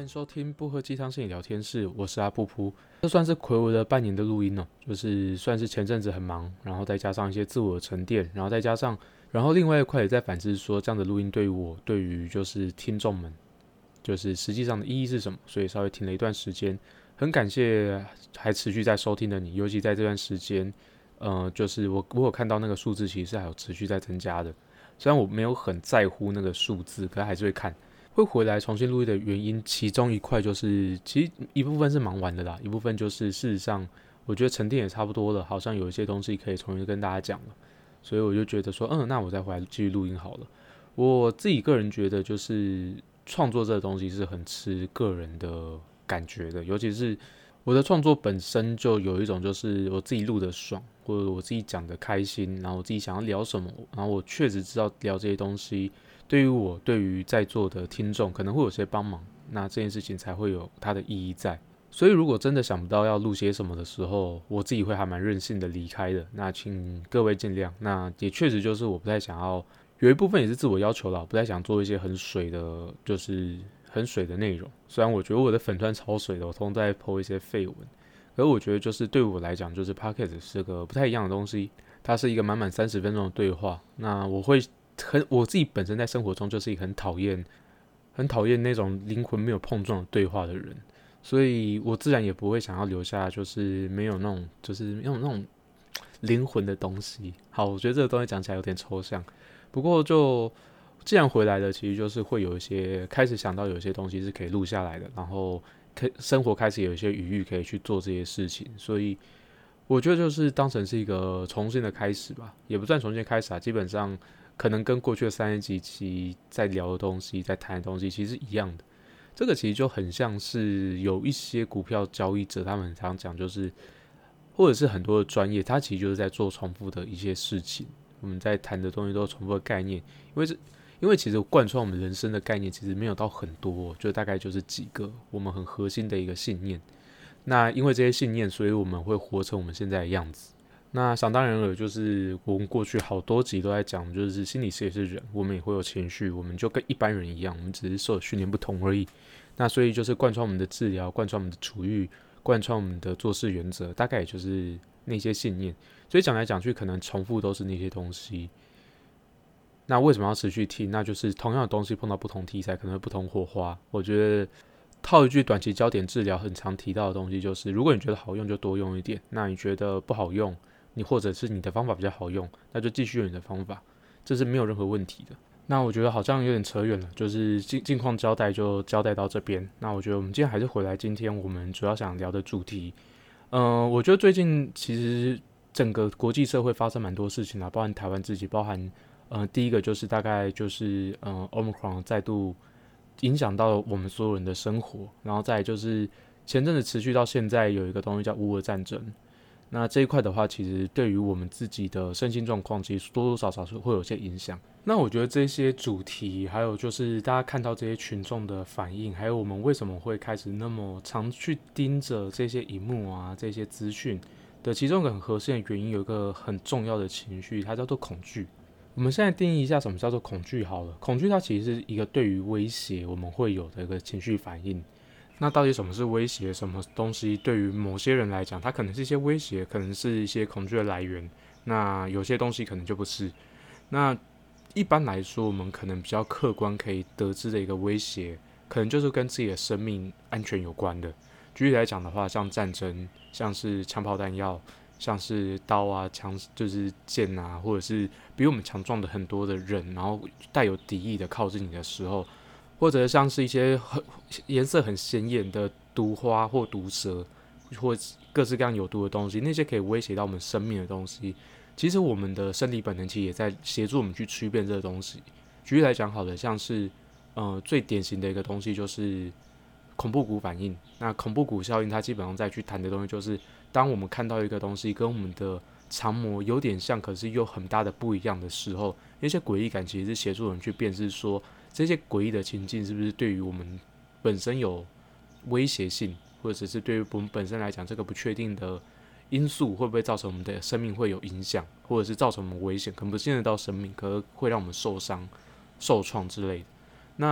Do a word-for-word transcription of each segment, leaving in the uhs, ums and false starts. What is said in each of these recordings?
迎收听不喝鸡汤心理聊天室，我是阿布布。这算是睽违了半年的录音哦，就是算是前阵子很忙，然后再加上一些自我的沉淀，然后再加上，然后另外一块也在反思说，这样的录音对于我，对于就是听众们，就是实际上的意义是什么，所以稍微停了一段时间。很感谢还持续在收听的你，尤其在这段时间，呃，就是我我有看到那个数字其实是还有持续在增加的，虽然我没有很在乎那个数字，可还是会看。会回来重新录音的原因，其中一块就是其实一部分是忙完的啦，一部分就是事实上我觉得沉淀也差不多了，好像有一些东西可以重新跟大家讲了，所以我就觉得说，嗯，那我再回来继续录音好了。我自己个人觉得，就是创作这个东西是很吃个人的感觉的，尤其是我的创作本身就有一种就是我自己录的爽，或者我自己讲的开心，然后我自己想要聊什么，然后我确实知道聊这些东西。对于我，对于在座的听众，可能会有些帮忙，那这件事情才会有它的意义在。所以，如果真的想不到要录些什么的时候，我自己会还蛮任性的离开的。那请各位见谅。那也确实就是我不太想要，有一部分也是自我要求啦，我不太想做一些很水的，就是很水的内容。虽然我觉得我的粉专超水的，我通常在 po 一些废文，可是我觉得就是对我来讲，就是 podcast 是个不太一样的东西，它是一个满满三十分钟的对话。那我会。很，我自己本身在生活中就是一个很讨厌、很讨厌那种灵魂没有碰撞的对话的人，所以我自然也不会想要留下就是没有那种就是没有那种灵魂的东西。好，我觉得这个东西讲起来有点抽象，不过就既然回来了，其实就是会有一些开始想到有一些东西是可以录下来的，然后生活开始有一些余裕可以去做这些事情，所以我觉得就是当成是一个重新的开始吧，也不算重新开始啊，基本上。可能跟过去的三十几期在聊的东西、在谈的东西其实一样的。这个其实就很像是有一些股票交易者，他们很常讲，就是或者是很多的专业，他其实就是在做重复的一些事情。我们在谈的东西都是重复的概念，因为这因为其实贯穿我们人生的概念其实没有到很多，就大概就是几个我们很核心的一个信念。那因为这些信念，所以我们会活成我们现在的样子。那想当然了，就是我们过去好多集都在讲，就是心理师也是人，我们也会有情绪，我们就跟一般人一样，我们只是受的训练不同而已。那所以就是贯穿我们的治疗，贯穿我们的处遇，贯穿我们的做事原则，大概也就是那些信念。所以讲来讲去，可能重复都是那些东西。那为什么要持续听？那就是同样的东西碰到不同题材，可能会不同火花。我觉得套一句短期焦点治疗很常提到的东西，就是如果你觉得好用，就多用一点；那你觉得不好用，你或者是你的方法比较好用，那就继续用你的方法，这是没有任何问题的。那我觉得好像有点扯远了，就是近近况交代就交代到这边。那我觉得我们今天还是回来今天我们主要想聊的主题。嗯、呃，我觉得最近其实整个国际社会发生蛮多事情啦，包含台湾自己，包含呃第一个就是大概就是呃 Omicron 再度影响到我们所有人的生活，然后再来就是前阵子持续到现在有一个东西叫乌俄战争。那这一块的话，其实对于我们自己的身心状况，其实多多少少是会有些影响。那我觉得这些主题，还有就是大家看到这些群众的反应，还有我们为什么会开始那么常去盯着这些荧幕啊、这些资讯的其中一个很核心的原因，有一个很重要的情绪，它叫做恐惧。我们现在定义一下什么叫做恐惧好了。恐惧它其实是一个对于威胁我们会有的一个情绪反应。那到底什么是威胁？什么东西对于某些人来讲，它可能是一些威胁，可能是一些恐惧的来源。那有些东西可能就不是。那一般来说，我们可能比较客观可以得知的一个威胁，可能就是跟自己的生命安全有关的。举例来讲的话，像战争，像是枪炮弹药，像是刀啊、枪，就是剑啊，或者是比我们强壮的很多的人，然后带有敌意的靠近你的时候。或者像是一些很颜色很鲜艳的毒花或毒蛇，或各式各样有毒的东西，那些可以威胁到我们生命的东西，其实我们的生理本能其实也在协助我们去区辨这个东西。举例来讲好了，像是呃最典型的一个东西就是恐怖谷反应。那恐怖谷效应，它基本上在去谈的东西就是，当我们看到一个东西跟我们的常模有点像，可是又很大的不一样的时候，那些诡异感其实是协助人去辨识说。这些诡异的情境是不是对于我们本身有威胁性，或者是对于我们本身来讲，这个不确定的因素会不会造成我们的生命会有影响，或者是造成我们危险，可能不见得到生命，可能会让我们受伤、受创之类的。那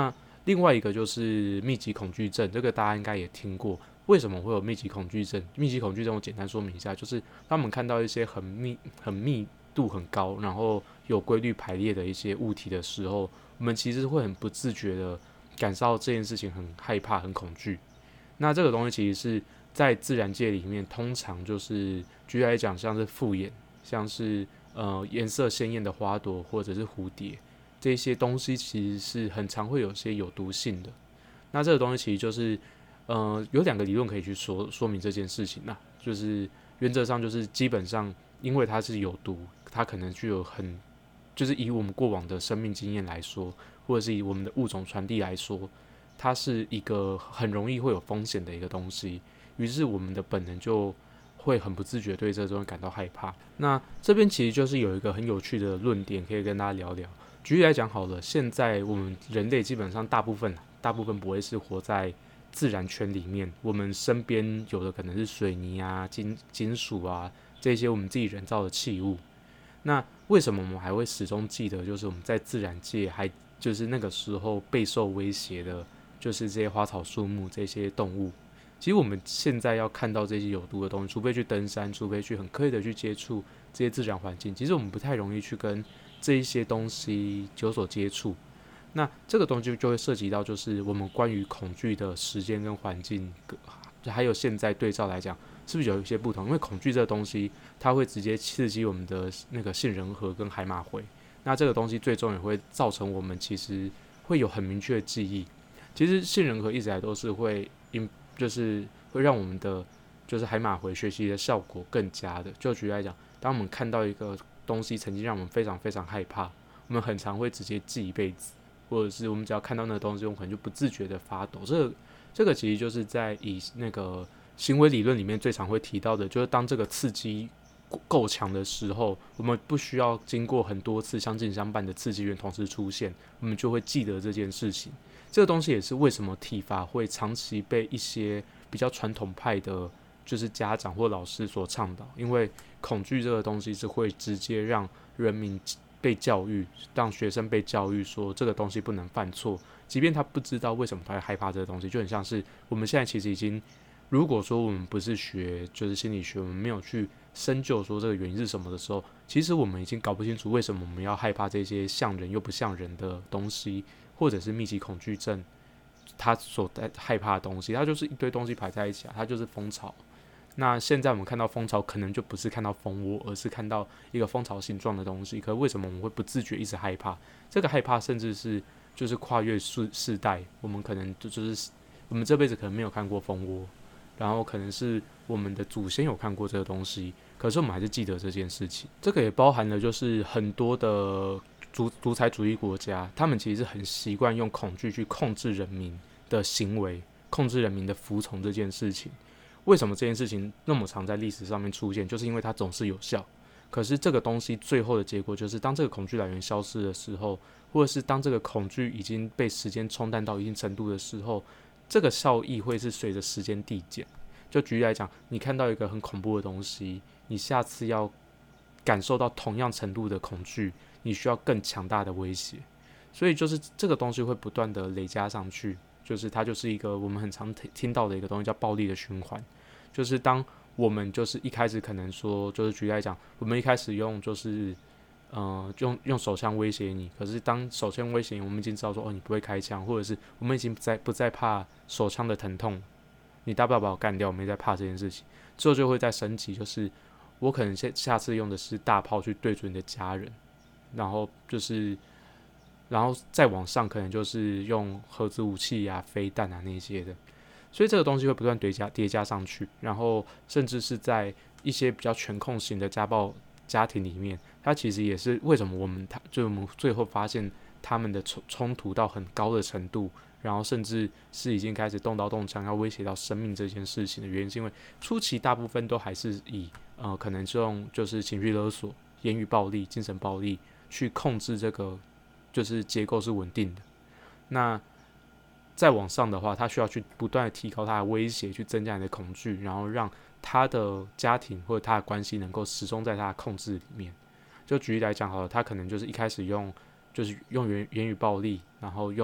另外一个就是密集恐惧症，这个大家应该也听过。为什么会有密集恐惧症？密集恐惧症我简单说明一下，就是当我们看到一些很密、很密度很高，然后有规律排列的一些物体的时候，我们其实会很不自觉的感受到这件事情很害怕、很恐惧。那这个东西其实是在自然界里面，通常就是举例来讲，像是复眼，像是呃颜色鲜艳的花朵或者是蝴蝶，这些东西其实是很常会有些有毒性的。那这个东西其实就是呃有两个理论可以去说说明这件事情啦，就是原则上就是基本上因为它是有毒，它可能具有很就是以我们过往的生命经验来说，或者是以我们的物种传递来说，它是一个很容易会有风险的一个东西，于是我们的本能就会很不自觉对这个东西感到害怕。那这边其实就是有一个很有趣的论点可以跟大家聊聊。举例来讲好了，现在我们人类基本上大部分大部分不会是活在自然圈里面，我们身边有的可能是水泥啊、金金属啊这些我们自己人造的器物。那为什么我们还会始终记得，就是我们在自然界还就是那个时候备受威胁的，就是这些花草树木、这些动物。其实我们现在要看到这些有毒的东西，除非去登山，除非去很刻意的去接触这些自然环境，其实我们不太容易去跟这一些东西有所接触。那这个东西就会涉及到，就是我们关于恐惧的时间跟环境，还有现在对照来讲，是不是有一些不同？因为恐惧这个东西，它会直接刺激我们的那个杏仁核跟海马回，那这个东西最终也会造成我们其实会有很明确的记忆。其实杏仁核一直来都是会，就是会让我们的就是海马回学习的效果更佳的。就举例来讲，当我们看到一个东西曾经让我们非常非常害怕，我们很常会直接记一辈子，或者是我们只要看到那个东西，我们可能就不自觉的发抖。这个这个其实就是在以那个行为理论里面最常会提到的，就是当这个刺激够强的时候，我们不需要经过很多次相近相伴的刺激源同时出现，我们就会记得这件事情。这个东西也是为什么体罚会长期被一些比较传统派的，就是家长或老师所倡导，因为恐惧这个东西是会直接让人民被教育，让学生被教育说这个东西不能犯错，即便他不知道为什么他会害怕这个东西，就很像是我们现在其实已经，如果说我们不是学就是心理学，我们没有去深究说这个原因是什么的时候，其实我们已经搞不清楚为什么我们要害怕这些像人又不像人的东西，或者是密集恐惧症他所害怕的东西，它就是一堆东西排在一起啊，它就是蜂巢。那现在我们看到蜂巢，可能就不是看到蜂窝，而是看到一个蜂巢形状的东西。可是为什么我们会不自觉一直害怕？这个害怕甚至是就是跨越世世代，我们可能就是我们这辈子可能没有看过蜂窝，然后可能是我们的祖先有看过这个东西，可是我们还是记得这件事情。这个也包含了就是很多的独独裁主义国家，他们其实是很习惯用恐惧去控制人民的行为，控制人民的服从这件事情。为什么这件事情那么常在历史上面出现？就是因为它总是有效。可是这个东西最后的结果就是，当这个恐惧来源消失的时候，或者是当这个恐惧已经被时间冲淡到一定程度的时候，这个效益会是随着时间递减。就举例来讲，你看到一个很恐怖的东西，你下次要感受到同样程度的恐惧，你需要更强大的威胁。所以就是这个东西会不断的累加上去，就是它就是一个我们很常听到的一个东西，叫暴力的循环。就是当我们就是一开始可能说，就是举例来讲，我们一开始用就是呃用用手枪威胁你，可是当手枪威胁你，我们已经知道说哦你不会开枪，或者是我们已经不再不再怕手枪的疼痛，你大不了把我干掉，我没在怕这件事情。之后就会再升级，就是我可能下次用的是大炮去对准你的家人，然后就是然后再往上可能就是用核子武器啊、飞弹啊那些的。所以这个东西会不断叠加叠加上去，然后甚至是在一些比较全控型的家暴家庭里面，它其实也是为什么我们就我们最后发现他们的冲突到很高的程度，然后甚至是已经开始动刀动枪要威胁到生命这件事情的原因，是因为初期大部分都还是以呃可能是用就是情绪勒索、言语暴力、精神暴力去控制这个就是结构是稳定的。那再往上的话，他需要去不断的提高他的威胁，去增加你的恐惧，然后让他的家庭或者他的关系能够始终在他的控制里面。就举例来讲好了，他可能就是一开始用就是用言言语暴力，然后用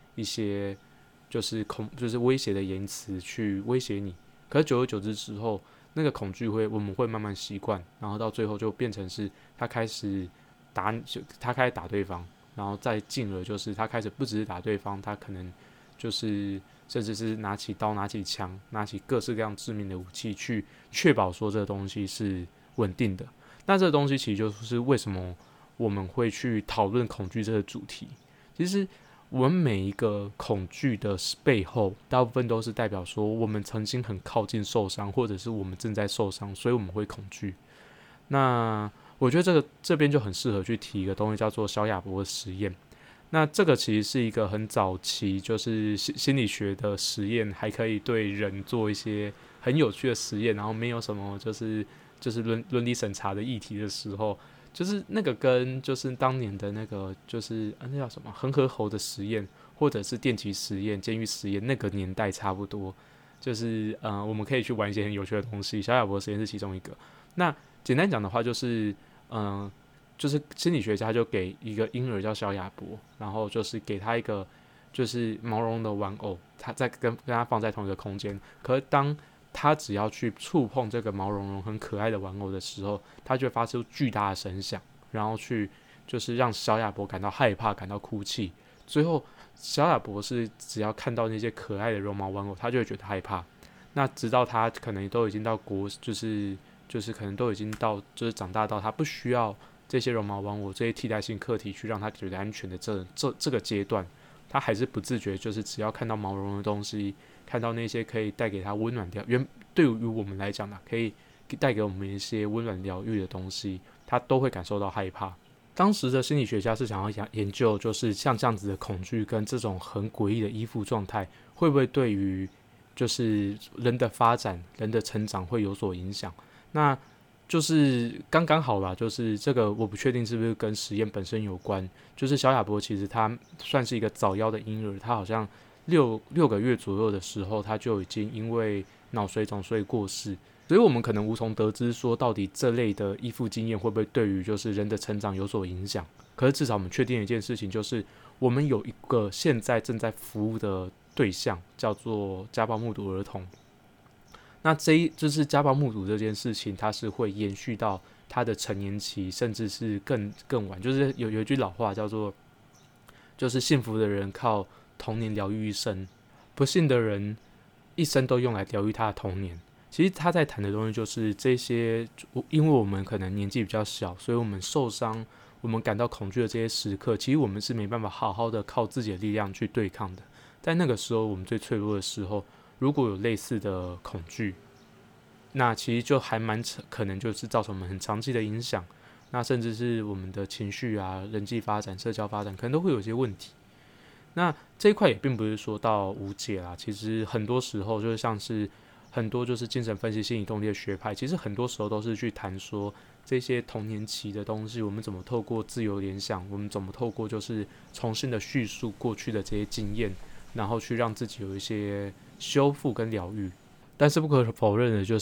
一些就是恐就是威胁的言辞去威胁你。可是久而久之之后，那个恐惧会我们会慢慢习惯，然后到最后就变成是他开始打他开始打对方，然后再进而就是他开始不只是打对方，他可能就是甚至是拿起刀、拿起枪、拿起各式各样致命的武器，去确保说这个东西是稳定的。那这个东西其实就是为什么我们会去讨论恐惧这个主题。其实我们每一个恐惧的背后，大部分都是代表说我们曾经很靠近受伤，或者是我们正在受伤，所以我们会恐惧。那我觉得这个这边就很适合去提一个东西，叫做小亚伯的实验。那这个其实是一个很早期，就是心理学的实验，还可以对人做一些很有趣的实验，然后没有什么就是就是伦伦理审查的议题的时候，就是那个跟就是当年的那个就是啊那叫什么恒河猴的实验，或者是电击实验、监狱实验那个年代差不多。就是呃我们可以去玩一些很有趣的东西，小亚伯实验是其中一个。那简单讲的话，就是嗯、呃，就是心理学家就给一个婴儿叫小亚伯，然后就是给他一个就是毛茸茸的玩偶，他在跟跟他放在同一个空间。可是当他只要去触碰这个毛茸茸很可爱的玩偶的时候，他就会发出巨大的声响，然后去就是让小亚伯感到害怕，感到哭泣。最后，小亚伯是只要看到那些可爱的绒毛玩偶，他就会觉得害怕。那直到他可能都已经到国，就是就是可能都已经到就是长大到他不需要这些绒毛玩偶这些替代性课题去让他觉得安全的这这这个阶段，他还是不自觉，就是只要看到毛茸茸的东西，看到那些可以带给他温暖疗，原对于我们来讲呢，可以带给我们一些温暖疗愈的东西，他都会感受到害怕。当时的心理学家是想要研究，就是像这样子的恐惧跟这种很诡异的依附状态，会不会对于就是人的发展、人的成长会有所影响？那就是刚刚好啦，就是这个我不确定是不是跟实验本身有关。就是小亚伯其实他算是一个早夭的婴儿，他好像六六个月左右的时候，他就已经因为脑水肿所以过世。所以我们可能无从得知说到底这类的依附经验会不会对于就是人的成长有所影响。可是至少我们确定一件事情，就是我们有一个现在正在服务的对象，叫做家暴目睹儿童。那这一就是家暴目睹这件事情，它是会延续到他的成年期，甚至是更更晚。就是有有一句老话叫做，就是幸福的人靠童年疗愈一生，不幸的人一生都用来疗愈他的童年。其实他在谈的东西就是这些，因为我们可能年纪比较小，所以我们受伤，我们感到恐惧的这些时刻，其实我们是没办法好好的靠自己的力量去对抗的。在那个时候，我们最脆弱的时候，如果有类似的恐惧，那其实就还蛮可能就是造成我们很长期的影响，那甚至是我们的情绪啊、人际发展、社交发展，可能都会有一些问题。那这一块也并不是说到无解啦，其实很多时候就是像是很多就是精神分析、心理动力的学派，其实很多时候都是去谈说这些童年期的东西，我们怎么透过自由联想，我们怎么透过就是重新的叙述过去的这些经验，然后去让自己有一些修复跟疗愈。但是不可否认的就是，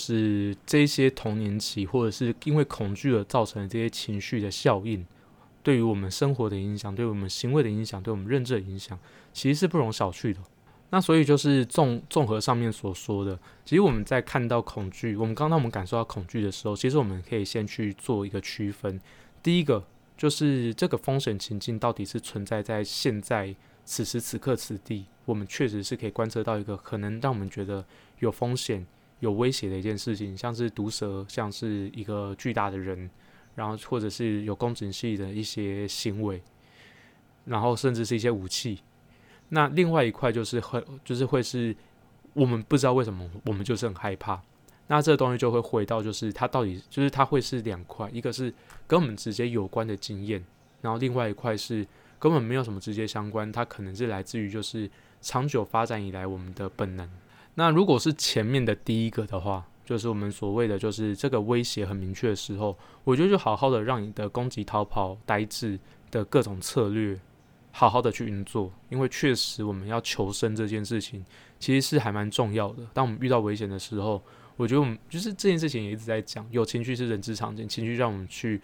这些童年期或者是因为恐惧而造成的这些情绪的效应，对于我们生活的影响，对于我们行为的影响，对我们认知的影响，其实是不容小觑的。那所以就是综综合上面所说的，其实我们在看到恐惧，我们刚刚我们感受到恐惧的时候，其实我们可以先去做一个区分。第一个就是这个风险情境到底是存在在现在此时此刻此地，我们确实是可以观测到一个可能让我们觉得有风险、有威胁的一件事情，像是毒蛇，像是一个巨大的人，然后或者是有攻击性的一些行为，然后甚至是一些武器。那另外一块就是会就是会是我们不知道为什么我们就是很害怕。那这个东西就会回到就是它到底就是它会是两块，一个是跟我们直接有关的经验，然后另外一块是根本没有什么直接相关，它可能是来自于就是长久发展以来我们的本能。那如果是前面的第一个的话，就是我们所谓的就是这个威胁很明确的时候，我觉得就好好的让你的攻击、逃跑、呆滞的各种策略好好的去运作，因为确实我们要求生这件事情其实是还蛮重要的。当我们遇到危险的时候，我觉得我们就是这件事情也一直在讲，有情绪是人之常情，情绪让我们去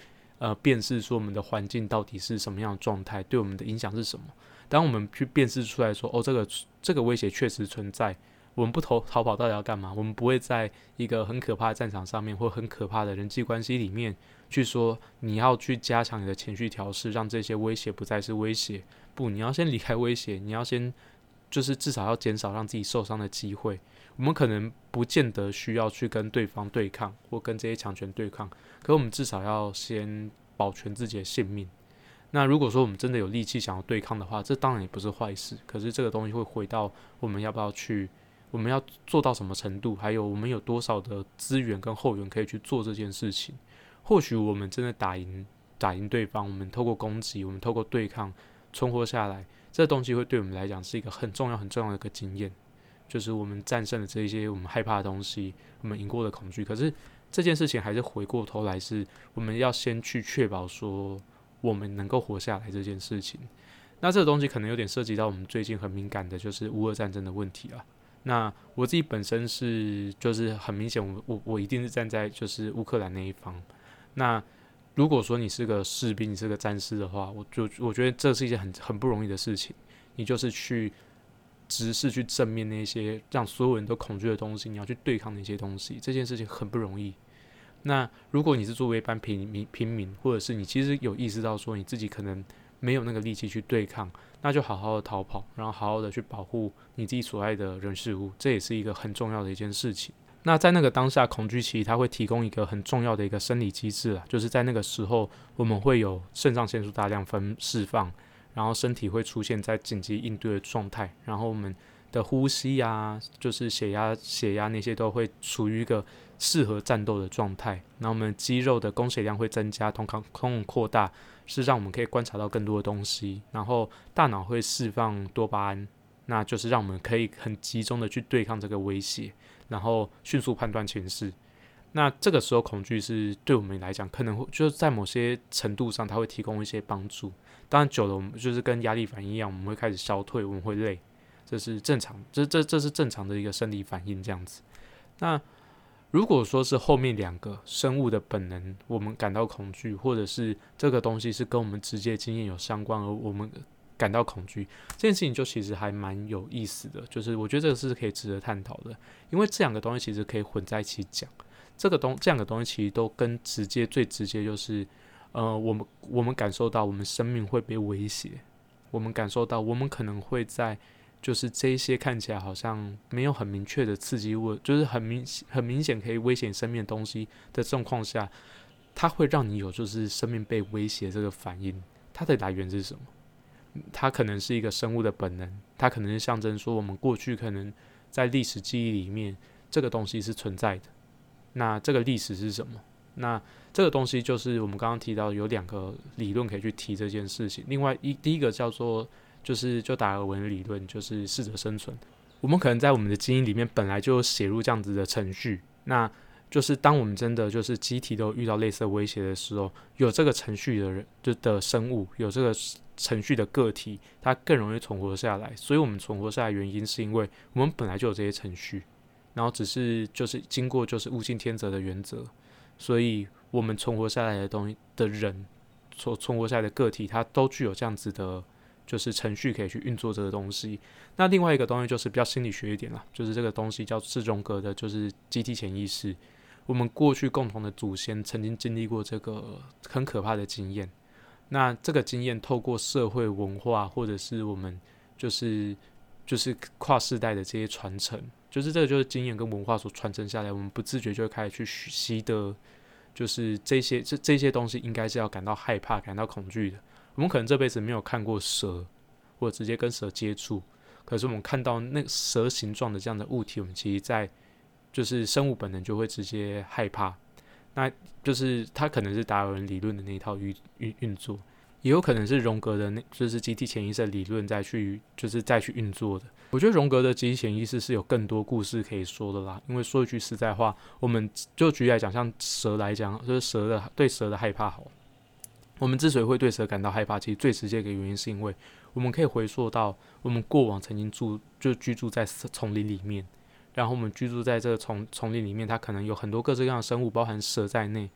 呃辨识说我们的环境到底是什么样的状态，对我们的影响是什么。当我们去辨识出来说，哦，这个这个威胁确实存在，我们不逃逃跑到底要干嘛？我们不会在一个很可怕的战场上面，或很可怕的人际关系里面去说你要去加强你的情绪调试，让这些威胁不再是威胁。不，你要先离开威胁，你要先就是至少要减少让自己受伤的机会。我们可能不见得需要去跟对方对抗，或跟这些强权对抗，可我们至少要先保全自己的性命。那如果说我们真的有力气想要对抗的话，这当然也不是坏事。可是这个东西会回到我们要不要去，我们要做到什么程度，还有我们有多少的资源跟后援可以去做这件事情。或许我们真的打赢打赢对方，我们透过攻击，我们透过对抗存活下来，这东西会对我们来讲是一个很重要很重要的一个经验，就是我们战胜了这些我们害怕的东西，我们赢过的恐惧。可是这件事情还是回过头来，是我们要先去确保说我们能够活下来这件事情。那这个东西可能有点涉及到我们最近很敏感的，就是乌俄战争的问题啊。那我自己本身是，就是很明显我，我我一定是站在就是乌克兰那一方。那如果说你是个士兵，你是个战士的话，我就我觉得这是一件很很不容易的事情。你就是去直视去正面那些让所有人都恐惧的东西，你要去对抗那些东西，这件事情很不容易。那如果你是作为一般平民，平民，或者是你其实有意识到说你自己可能没有那个力气去对抗，那就好好的逃跑，然后好好的去保护你自己所爱的人事物，这也是一个很重要的一件事情。那在那个当下，恐惧期它会提供一个很重要的一个生理机制啊，就是在那个时候，我们会有肾上腺素大量分释放，然后身体会出现在紧急应对的状态，然后我们的呼吸啊，就是血压、血压那些都会处于一个适合战斗的状态，然后我们肌肉的供血量会增加，瞳孔扩大，是让我们可以观察到更多的东西，然后大脑会释放多巴胺，那就是让我们可以很集中的去对抗这个威胁，然后迅速判断情势。那这个时候恐惧是对我们来讲，可能会就是在某些程度上，它会提供一些帮助。当然久了，我们就是跟压力反应一样，我们会开始消退，我们会累，这是正常，这这这是正常的一个生理反应这样子。那如果说是后面两个生物的本能，我们感到恐惧，或者是这个东西是跟我们直接经验有相关，而我们感到恐惧，这件事情就其实还蛮有意思的，就是我觉得这个是可以值得探讨的，因为这两个东西其实可以混在一起讲。这个东这两个东西其实都跟直接最直接就是，呃，我们我们感受到我们生命会被威胁，我们感受到我们可能会在就是这一些看起来好像没有很明确的刺激物，就是很明很明显可以威胁生命的东西的状况下，它会让你有就是生命被威胁这个反应。它的来源是什么？它可能是一个生物的本能，它可能是象征说我们过去可能在历史记忆里面这个东西是存在的。那这个历史是什么？那这个东西就是我们刚刚提到有两个理论可以去提这件事情。另外一第一个叫做就是就达尔文的理论，就是适者生存。我们可能在我们的基因里面本来就写入这样子的程序，那就是当我们真的就是集体都遇到类似的威胁的时候，有这个程序的人就的生物，有这个程序的个体，它更容易存活下来。所以我们存活下来的原因是因为我们本来就有这些程序。然后只是就是经过就是物竞天择的原则，所以我们存活下来的东西的人，所存活下来的个体，它都具有这样子的，就是程序可以去运作这个东西。那另外一个东西就是比较心理学一点啦，就是这个东西叫是荣格的，就是集体潜意识。我们过去共同的祖先曾经经历过这个很可怕的经验，那这个经验透过社会文化或者是我们就是就是跨世代的这些传承。就是这个就是经验跟文化所传承下来，我们不自觉就会开始去习得，就是这些这这些东西应该是要感到害怕、感到恐惧的。我们可能这辈子没有看过蛇，或者直接跟蛇接触，可是我们看到那个蛇形状的这样的物体，我们其实在就是生物本能就会直接害怕。那就是它可能是达尔文理论的那一套运运运作，也有可能是荣格的那就是集体潜意识的理论再去就是再去运作的。我觉得荣格的集体潜意识是有更多故事可以说的啦，因为说一句实在话，我们就举例来讲，像蛇来讲，就是蛇的对蛇的害怕好了，我们之所以会对蛇感到害怕，其实最直接的原因是因为我们可以回溯到我们过往曾经住就居住在丛林里面，然后我们居住在这个丛丛林里面，它可能有很多各式各样的生物，包含蛇在内。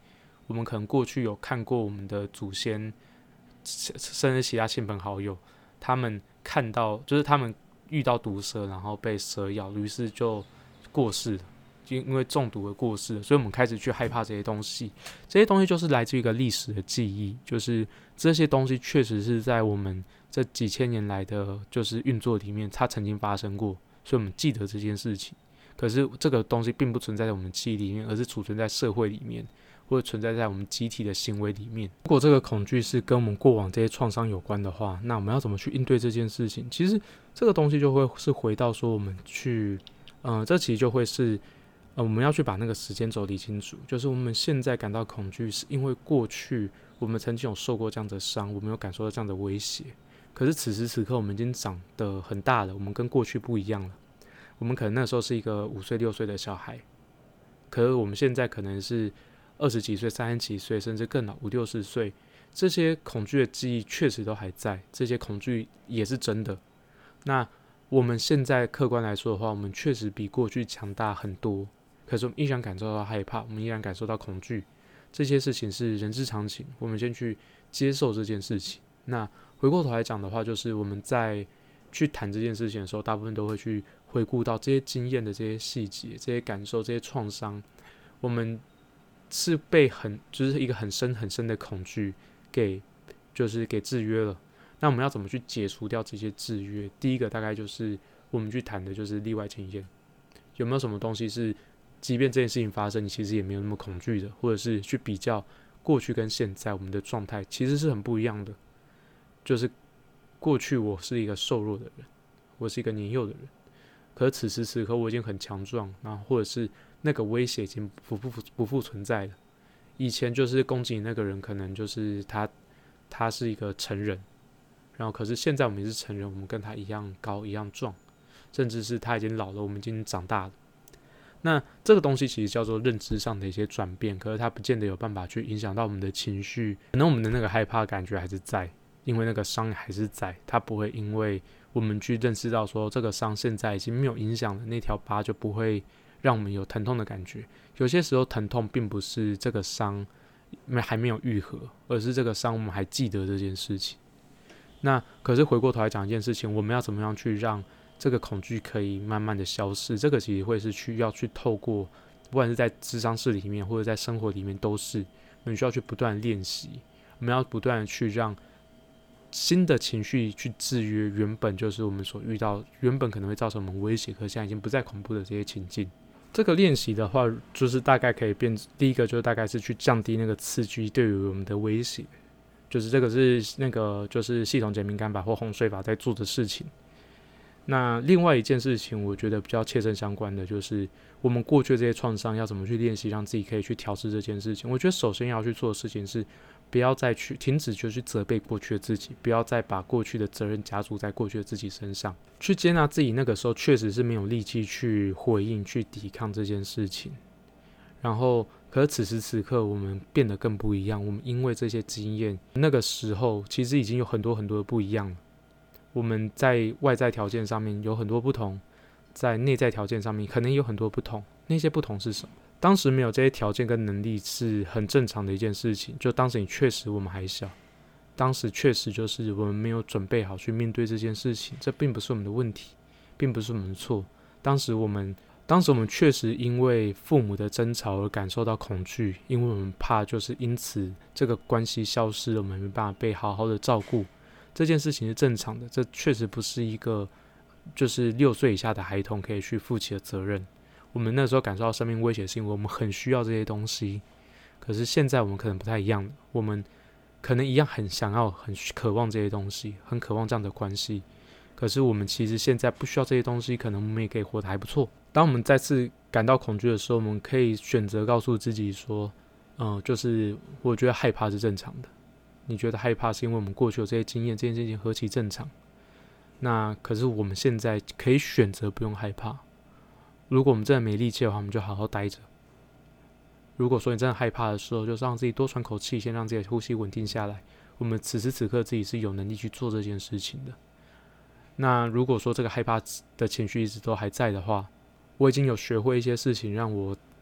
我们可能过去有看过我们的祖先，甚至其他亲朋好友，他们看到就是他们遇到毒蛇，然后被蛇咬，于是就过世了，因为中毒而过世了，所以我们开始去害怕这些东西。这些东西就是来自于一个历史的记忆，就是这些东西确实是在我们这几千年来的就是运作里面，它曾经发生过，所以我们记得这件事情。可是这个东西并不存在在我们记忆里面，而是储存在社会里面，或者存在在我们集体的行为里面。如果这个恐惧是跟我们过往这些创伤有关的话，那我们要怎么去应对这件事情？其实这个东西就会是回到说我们去，呃，这其实就会是，呃，我们要去把那个时间轴理清楚。就是我们现在感到恐惧，是因为过去我们曾经有受过这样的伤，我们有感受到这样的威胁。可是此时此刻，我们已经长得很大了，我们跟过去不一样了。我们可能那时候是一个五岁六岁的小孩，可是我们现在可能是二十几岁、三十几岁，甚至更老五六十岁。这些恐惧的记忆确实都还在，这些恐惧也是真的。那我们现在客观来说的话，我们确实比过去强大很多，可是我们依然感受到害怕，我们依然感受到恐惧。这些事情是人之常情，我们先去接受这件事情。那回过头来讲的话，就是我们在去谈这件事情的时候，大部分都会去回顾到这些经验的这些细节、这些感受、这些创伤，我们是被很就是一个很深很深的恐惧给就是给制约了。那我们要怎么去解除掉这些制约？第一个大概就是我们去谈的就是例外经验，有没有什么东西是即便这件事情发生，你其实也没有那么恐惧的，或者是去比较过去跟现在我们的状态其实是很不一样的。就是过去我是一个瘦弱的人，我是一个年幼的人，可是此时此刻我已经很强壮，然后或者是那个威胁已经不复不复存在了。以前就是攻击你那个人，可能就是他他是一个成人，然后可是现在我们也是成人，我们跟他一样高一样壮，甚至是他已经老了，我们已经长大了。那这个东西其实叫做认知上的一些转变，可是它不见得有办法去影响到我们的情绪，可能我们的那个害怕感觉还是在，因为那个伤还是在，它不会因为我们去认识到说这个伤现在已经没有影响了，那条疤就不会让我们有疼痛的感觉。有些时候疼痛并不是这个伤还没有愈合，而是这个伤我们还记得这件事情。那可是回过头来讲一件事情，我们要怎么样去让这个恐惧可以慢慢的消失？这个其实会是需要去透过，不管是在諮商室里面或者在生活里面都是，我们需要去不断的练习，我们要不断的去让新的情绪去制约原本就是我们所遇到，原本可能会造成我们威胁，可现在已经不再恐怖的这些情境。这个练习的话，就是大概可以变，第一个就大概是去降低那个刺激对于我们的威胁，就是这个是那个就是系统减敏感法或哄睡法在做的事情。那另外一件事情，我觉得比较切身相关的，就是我们过去的这些创伤要怎么去练习，让自己可以去调试这件事情。我觉得首先要去做的事情是，不要再去停止就去责备过去的自己，不要再把过去的责任加注在过去的自己身上，去接纳自己那个时候确实是没有力气去回应、去抵抗这件事情。然后，可是此时此刻我们变得更不一样，我们因为这些经验，那个时候其实已经有很多很多的不一样了。我们在外在条件上面有很多不同，在内在条件上面可能有很多不同。那些不同是什么？当时没有这些条件跟能力是很正常的一件事情，就当时你确实我们还小，当时确实就是我们没有准备好去面对这件事情，这并不是我们的问题，并不是我们的错。当时我们当时我们确实因为父母的争吵而感受到恐惧，因为我们怕就是因此这个关系消失了，我们没办法被好好的照顾。这件事情是正常的，这确实不是一个就是六岁以下的孩童可以去负起的责任。我们那时候感受到生命威胁是因为我们很需要这些东西，可是现在我们可能不太一样了，我们可能一样很想要很渴望这些东西，很渴望这样的关系，可是我们其实现在不需要这些东西，可能我们也可以活得还不错。当我们再次感到恐惧的时候，我们可以选择告诉自己说嗯，就是我觉得害怕是正常的，你觉得害怕是因为我们过去有这些经验，这件事情何其正常。那可是我们现在可以选择不用害怕。如果我们真的没力气的话，我们就好好待着。如果说你真的害怕的时候，就是让自己多喘口气，先让自己的呼吸稳定下来。我们此时此刻自己是有能力去做这件事情的。那如果说这个害怕的情绪一直都还在的话，我已经有学会一些事情，让我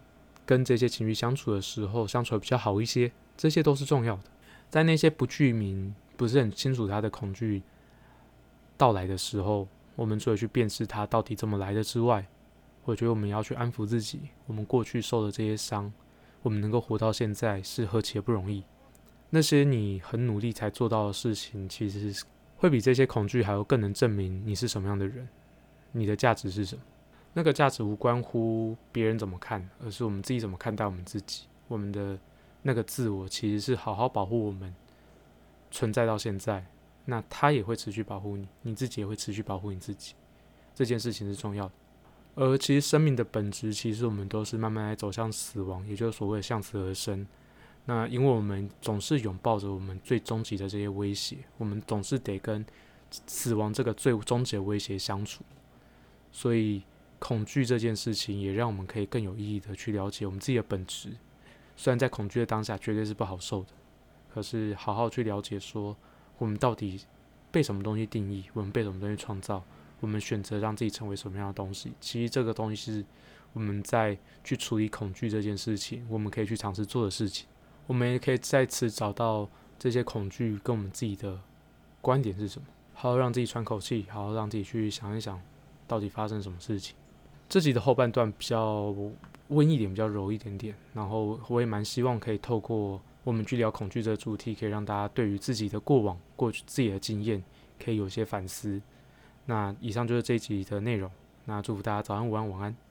跟这些情绪相处的时候相处的比较好一些，这些都是重要的。在那些不具名、不是很清楚他的恐惧到来的时候，我们除了去辨识它到底怎么来的之外，我觉得我们要去安抚自己，我们过去受的这些伤，我们能够活到现在是何其的不容易。那些你很努力才做到的事情，其实会比这些恐惧还要更能证明你是什么样的人，你的价值是什么。那个价值无关乎别人怎么看，而是我们自己怎么看待我们自己。我们的那个自我其实是好好保护我们存在到现在，那他也会持续保护你，你自己也会持续保护你自己。这件事情是重要的。而其实生命的本质，其实我们都是慢慢来走向死亡，也就是所谓的向死而生。那因为我们总是拥抱着我们最终极的这些威胁，我们总是得跟死亡这个最终极的威胁相处，所以恐惧这件事情也让我们可以更有意义的去了解我们自己的本质。虽然在恐惧的当下绝对是不好受的，可是好好去了解说我们到底被什么东西定义，我们被什么东西创造，我们选择让自己成为什么样的东西。其实这个东西是我们在去处理恐惧这件事情我们可以去尝试做的事情。我们也可以再次找到这些恐惧跟我们自己的观点是什么，好好让自己喘口气，好好让自己去想一想到底发生什么事情。这集的后半段比较温一点，比较柔一点点，然后我也蛮希望可以透过我们去聊恐惧这个主题，可以让大家对于自己的过往、过去自己的经验可以有些反思。那以上就是这一集的内容，那祝福大家早安、午安、晚安。